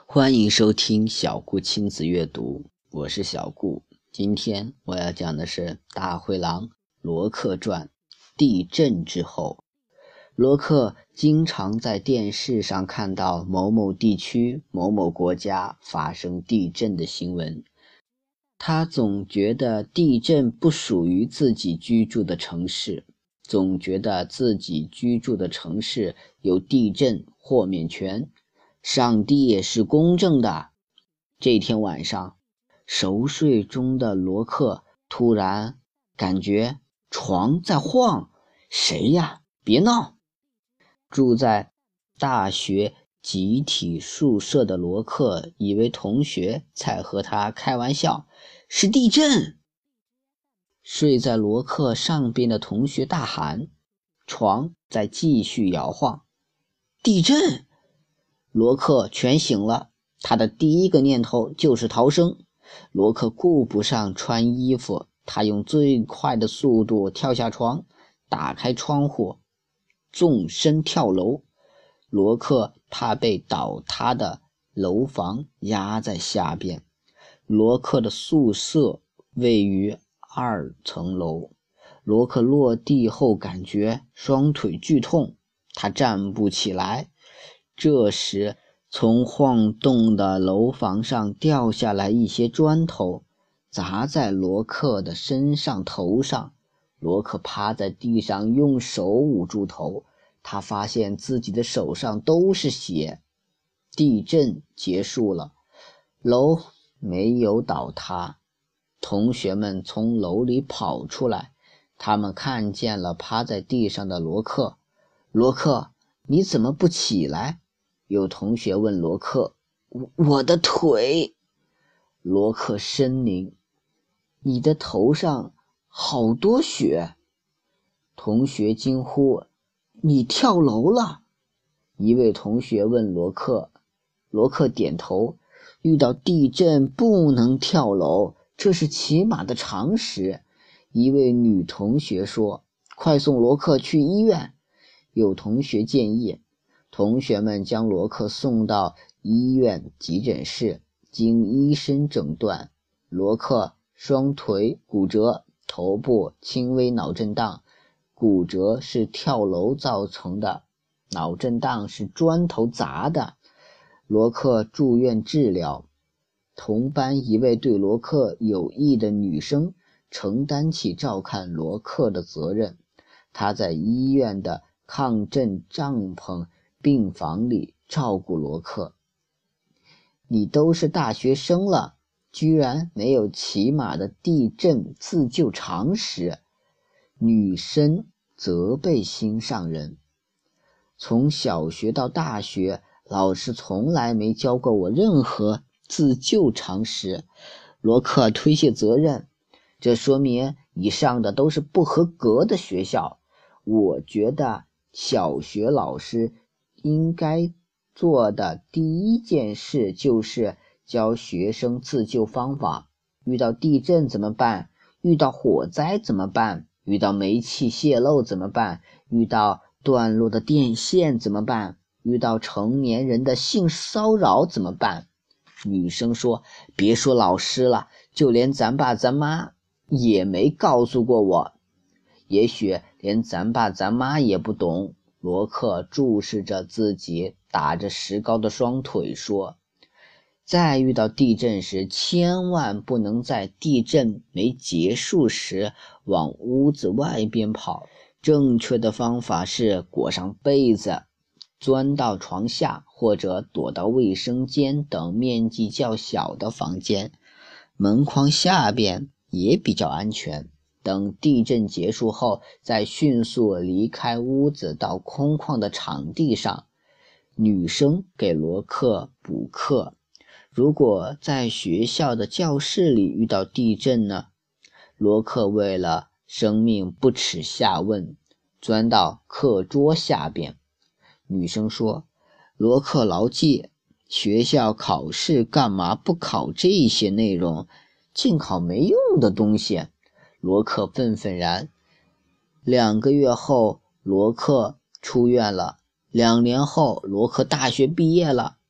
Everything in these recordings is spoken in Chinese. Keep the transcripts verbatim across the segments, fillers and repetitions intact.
欢迎收听小顾亲子阅读，我是小顾。今天我要讲的是大灰狼罗克传。地震之后，罗克经常在电视上看到某某地区某某国家发生地震的新闻，他总觉得地震不属于自己居住的城市，总觉得自己居住的城市有地震豁免权，上帝也是公正的。这天晚上，熟睡中的罗克突然感觉床在晃，谁呀？别闹！住在大学集体宿舍的罗克以为同学在和他开玩笑，是地震。睡在罗克上边的同学大喊，床在继续摇晃。地震！罗克全醒了，他的第一个念头就是逃生。罗克顾不上穿衣服，他用最快的速度跳下床，打开窗户，纵身跳楼。罗克怕被倒塌的楼房压在下边。罗克的宿舍位于二层楼。罗克落地后感觉双腿剧痛，他站不起来。这时，从晃动的楼房上掉下来一些砖头，砸在罗克的身上头上。罗克趴在地上，用手捂住头，他发现自己的手上都是血。地震结束了，楼没有倒塌。同学们从楼里跑出来，他们看见了趴在地上的罗克。罗克，你怎么不起来？有同学问罗克。我的腿。罗克呻吟。你的头上好多血。同学惊呼，你跳楼了。一位同学问罗克。罗克点头，遇到地震不能跳楼，这是起码的常识。一位女同学说，快送罗克去医院。有同学建议，同学们将罗克送到医院急诊室，经医生诊断，罗克双腿骨折，头部轻微脑震荡。骨折是跳楼造成的，脑震荡是砖头砸的。罗克住院治疗。同班一位对罗克有益的女生承担起照看罗克的责任，她在医院的抗震帐篷病房里照顾罗克。你都是大学生了，居然没有起码的地震自救常识。女生责备心上人。从小学到大学，老师从来没教过我任何自救常识。罗克推卸责任，这说明你上的都是不合格的学校。我觉得小学老师应该做的第一件事就是教学生自救方法。遇到地震怎么办？遇到火灾怎么办？遇到煤气泄漏怎么办？遇到断落的电线怎么办？遇到成年人的性骚扰怎么办？女生说，别说老师了，就连咱爸咱妈也没告诉过我。也许连咱爸咱妈也不懂。罗克注视着自己打着石膏的双腿说，在遇到地震时，千万不能在地震没结束时往屋子外边跑。正确的方法是裹上被子，钻到床下，或者躲到卫生间等面积较小的房间，门框下边也比较安全。等地震结束后，再迅速离开屋子到空旷的场地上。女生给罗克补课。如果在学校的教室里遇到地震呢？罗克为了生命不耻下问，钻到课桌下边。女生说，罗克牢记，学校考试干嘛不考这些内容，净考没用的东西。罗克愤愤然。两个月后，罗克出院了。两年后，罗克大学毕业了。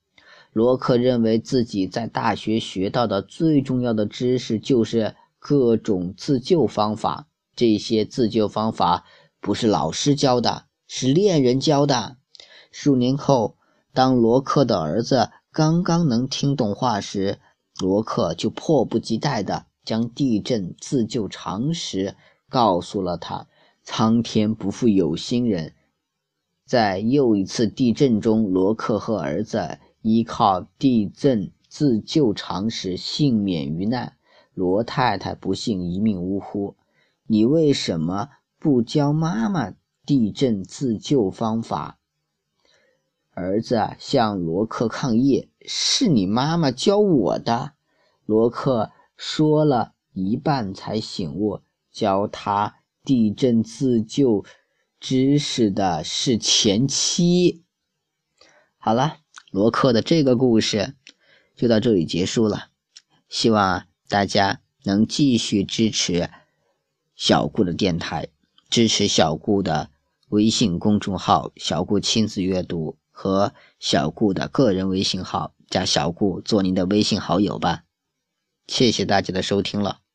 罗克认为自己在大学学到的最重要的知识就是各种自救方法，这些自救方法不是老师教的，是恋人教的。数年后，当罗克的儿子刚刚能听懂话时，罗克就迫不及待地将地震自救常识告诉了他。苍天不负有心人，在又一次地震中，罗克和儿子依靠地震自救常识幸免于难。罗太太不幸一命呜呼。你为什么不教妈妈地震自救方法？儿子向罗克抗议，是你妈妈教我的。罗克说了一半才醒悟，教他地震自救知识的是前妻。好了，罗克的这个故事就到这里结束了，希望大家能继续支持小顾的电台，支持小顾的微信公众号小顾亲子阅读和小顾的个人微信号，加小顾做您的微信好友吧。谢谢大家的收听了。